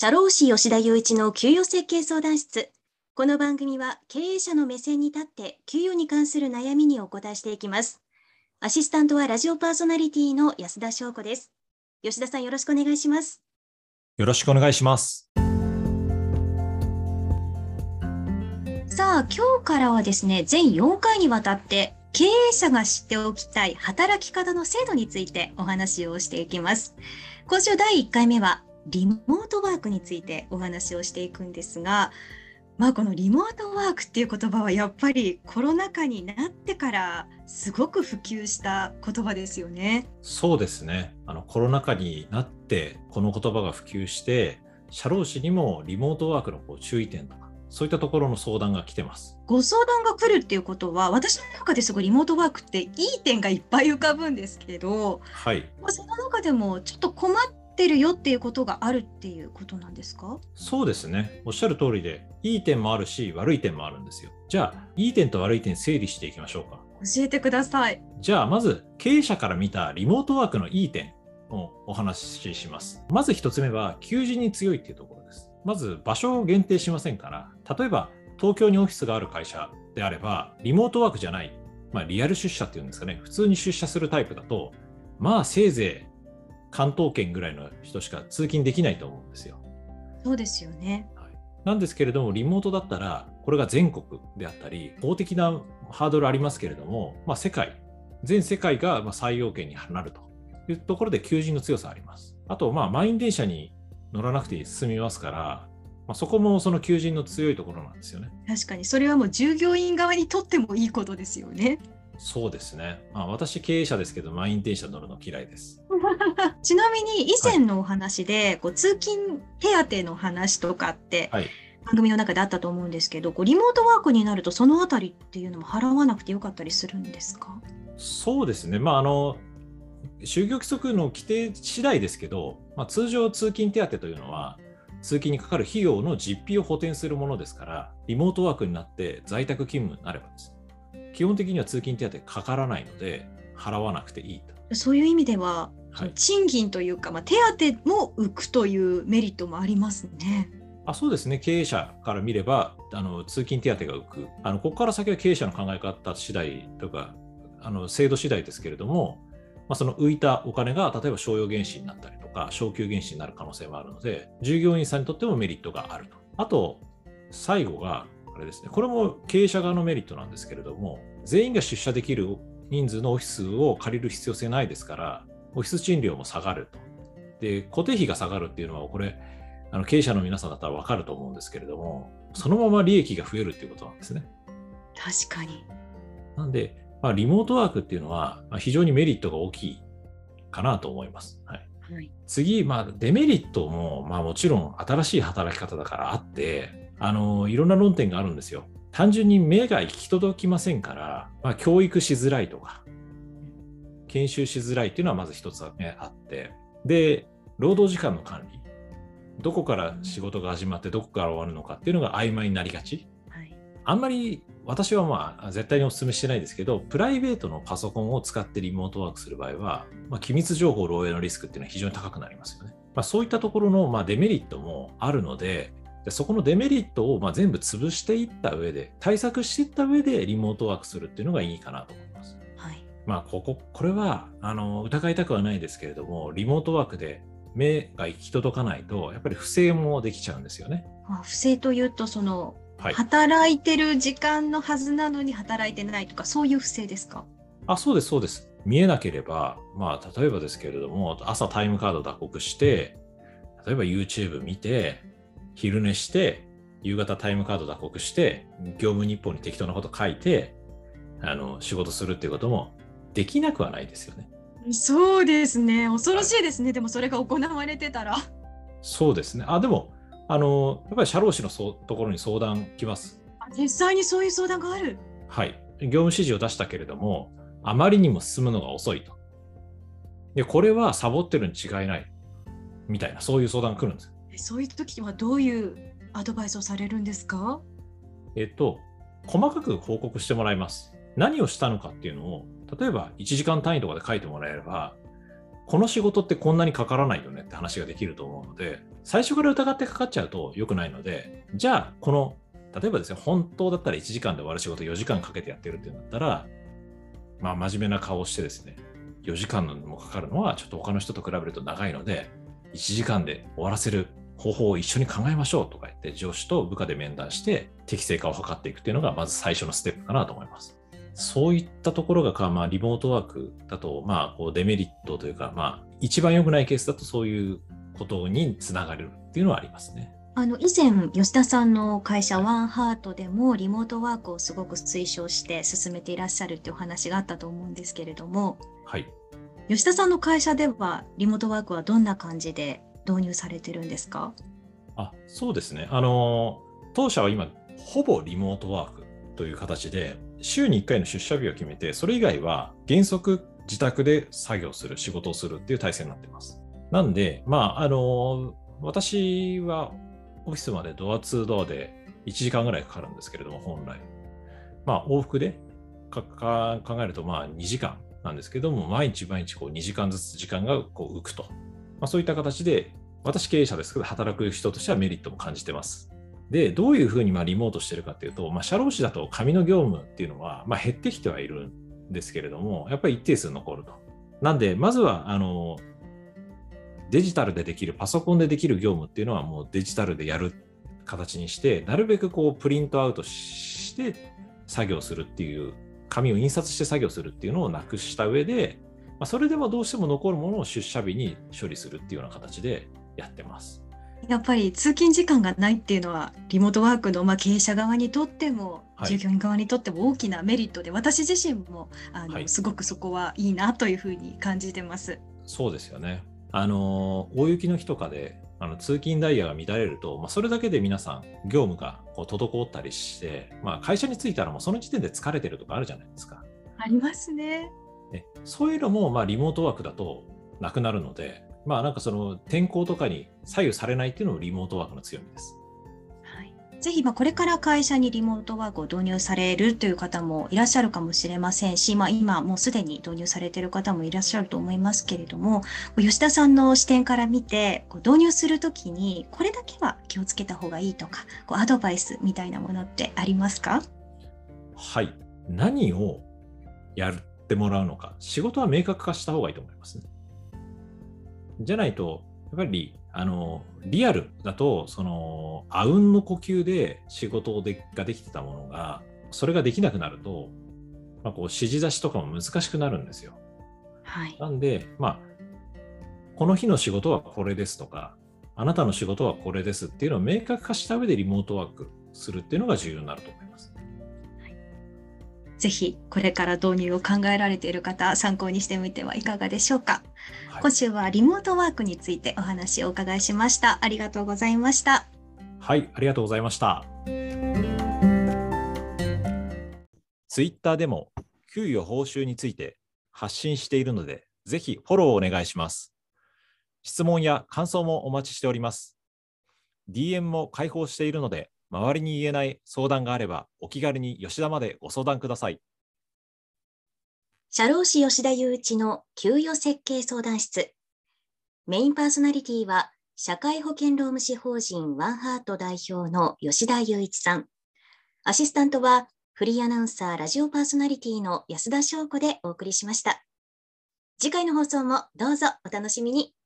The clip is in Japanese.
社労士吉田雄一の給与設計相談室。この番組は経営者の目線に立って給与に関する悩みにお答えしていきます。アシスタントはラジオパーソナリティの安田翔子です。吉田さん、よろしくお願いします。 よろしくお願いします。 さあ、今日からはですね、全4回にわたって経営者が知っておきたい働き方の制度についてお話をしていきます。今週第1回目はリモートワークについてお話をしていくんですが、このリモートワークっていう言葉はやっぱりコロナ禍になってからすごく普及した言葉ですよね。 そうですね。コロナ禍になってこの言葉が普及して、社労士にもリモートワークの注意点とか、そういったところの相談が来てます。 ご相談が来るっていうことは、私の中ですごいリモートワークっていい点がいっぱい浮かぶんですけど、 はい。 その中でもちょっと困ってるよっていうことがあるっていうことなんですか？ そうですね。おっしゃる通りで、いい点もあるし、悪い点もあるんですよ。じゃあ、いい点と悪い点整理していきましょうか。 教えてください。 じゃあ、まず経営者から見たリモートワークのいい点をお話しします。まず一つ目は、求人に強いっていうところです。まず場所を限定しませんから、例えば東京にオフィスがある会社であれば、リモートワークじゃない、リアル出社っていうんですかね、普通に出社するタイプだと、せいぜい関東圏ぐらいの人しか通勤できないと思うんですよ。 そうですよね。 はい、なんですけれども、リモートだったら、これが全国であったり、法的なハードルありますけれども、全世界が採用権になるというところで求人の強さあります。あと、満員電車に乗らなくて済みますから、そこもその求人の強いところなんですよね。 確かにそれはもう従業員側にとってもいいことですよね。 そうですね。私経営者ですけど、満員電車乗るの嫌いです。 ちなみに以前のお話で、通勤手当の話とかって番組の中であったと思うんですけど、リモートワークになるとそのあたりっていうのも払わなくてよかったりするんですか？ そうですね。就業規則の規定次第ですけど、通常通勤手当というのは通勤にかかる費用の実費を補填するものですから、リモートワークになって在宅勤務になればです。基本的には通勤手当かからないので、払わなくていいと。 そういう意味では、賃金というか、手当も浮くというメリットもありますね。 そうですね。経営者から見れば、通勤手当が浮く。ここから先は経営者の考え方次第とか、制度次第ですけれども、その浮いたお金が例えば賞与原資になったりとか、昇給原資になる可能性もあるので、従業員さんにとってもメリットがあると。あと、最後が、あれですね。これも経営者側のメリットなんですけれども、全員が出社できる人数のオフィスを借りる必要性ないですから、オフィス賃料も下がると。で、固定費が下がるっていうのは、これ、経営者の皆さんだったら分かると思うんですけれども、そのまま利益が増えるっていうことなんですね。 確かに。 なんで、リモートワークっていうのは非常にメリットが大きいかなと思います。次、デメリットも、もちろん新しい働き方だからあって、いろんな論点があるんですよ。単純に目が行き届きませんから、教育しづらいとか、研修しづらいっていうのはまず一つあって、で、労働時間の管理。どこから仕事が始まってどこから終わるのかっていうのが曖昧になりがち。あんまり私は絶対にお勧めしてないですけど、プライベートのパソコンを使ってリモートワークする場合は、機密情報漏洩のリスクっていうのは非常に高くなりますよね。そういったところのデメリットもあるので、そこのデメリットを全部潰していった上で、対策していった上でリモートワークするっていうのがいいかなと思います。これは疑いたくはないですけれども、リモートワークで目が行き届かないと、やっぱり不正もできちゃうんですよね。 不正というと、働いてる時間のはずなのに働いてないとか、そういう不正ですか？ そうです、そうです。見えなければ、例えばですけれども、朝タイムカード打刻して、例えば YouTube 見て、昼寝して、夕方タイムカード打刻して、業務日報に適当なこと書いて、仕事するっていうこともできなくはないですよね。 そうですね。恐ろしいですね。でもそれが行われてたら。 そうですね。でも、やっぱり社労士のところに相談来ます。 実際にそういう相談がある。 はい。業務指示を出したけれども、あまりにも進むのが遅いと。で、これはサボってるに違いない。みたいな、そういう相談が来るんです。 そういう時はどういうアドバイスをされるんですか？ 細かく報告してもらいます。何をしたのかっていうのを、例えば1時間単位とかで書いてもらえれば、 この仕事ってこんなにかからないよねって話ができると思うので、最初から疑ってかかっちゃうと良くないので、じゃあ例えばですね、本当だったら1時間で終わる仕事4時間かけてやってるっていうんだったら、真面目な顔をしてですね、4時間もかかるのはちょっと他の人と比べると長いので、1時間で終わらせる方法を一緒に考えましょうとか言って、上司と部下で面談して適正化を図っていくっていうのがまず最初のステップかなと思います。そういったところがリモートワークだと、デメリットというか、一番良くないケースだとそういうことにつながるっていうのはありますね。 以前、吉田さんの会社、ワンハートでもリモートワークをすごく推奨して進めていらっしゃるっていうお話があったと思うんですけれども、 はい。 吉田さんの会社では、リモートワークはどんな感じで導入されてるんですか？ そうですね。当社は今、ほぼリモートワークという形で、週に1回の出社日を決めて、それ以外は原則自宅で作業する、仕事をするっていう体制になっています。なんで、私はオフィスまでドア2ドアで1時間ぐらいかかるんですけれども、本来。往復で考えると2時間なんですけども、毎日2時間ずつ時間が浮くと。そういった形で、私経営者ですけど、働く人としてはメリットも感じてます。で、どういうふうにリモートしてるかっていうと、社労士だと紙の業務っていうのは減ってきてはいるんですけれども、やっぱり一定数残ると。なんで、まずはデジタルでできる、パソコンでできる業務っていうのはもうデジタルでやる形にして、なるべくプリントアウトして作業するっていう、紙を印刷して作業するっていうのをなくした上で、それでもどうしても残るものを出社日に処理するっていうような形でやってます。 やっぱり通勤時間がないっていうのは、リモートワークの経営者側にとっても、従業員側にとっても大きなメリットで、私自身もすごくそこはいいなというふうに感じてます。 そうですよね。大雪の日とかで通勤ダイヤが乱れると、それだけで皆さん業務が滞ったりして、会社に着いたらもうその時点で疲れてるとかあるじゃないですか。 ありますね。 そういうのもリモートワークだとなくなるので、その天候とかに左右されないっていうのもリモートワークの強みです。 ぜひこれから会社にリモートワークを導入されるという方もいらっしゃるかもしれませんし、今もうすでに導入されている方もいらっしゃると思いますけれども、吉田さんの視点から見て、導入するときにこれだけは気をつけた方がいいとか、アドバイスみたいなものってありますか？ はい。何をやってもらうのか、仕事は明確化した方がいいと思いますね。じゃないと、やっぱりリアルだとあうんの呼吸で仕事ができてたものがそれができなくなると、指示出しとかも難しくなるんですよ。なんで、この日の仕事はこれですとか、あなたの仕事はこれですっていうのを明確化した上でリモートワークするっていうのが重要になると思います。 ぜひこれから導入を考えられている方、参考にしてみてはいかがでしょうか。今週はリモートワークについてお話をお伺いしました。ありがとうございました。 はい、ありがとうございました。ツイッターでも給与報酬について発信しているので、ぜひフォローをお願いします。質問や感想もお待ちしております。DM も開放しているので、周りに言えない相談があれば、お気軽に吉田までご相談ください。 社労士吉田雄一の給与設計相談室。メインパーソナリティは、社会保険労務士法人ワンハート代表の吉田雄一さん。アシスタントは、フリーアナウンサーラジオパーソナリティの安田翔子でお送りしました。次回の放送もどうぞお楽しみに。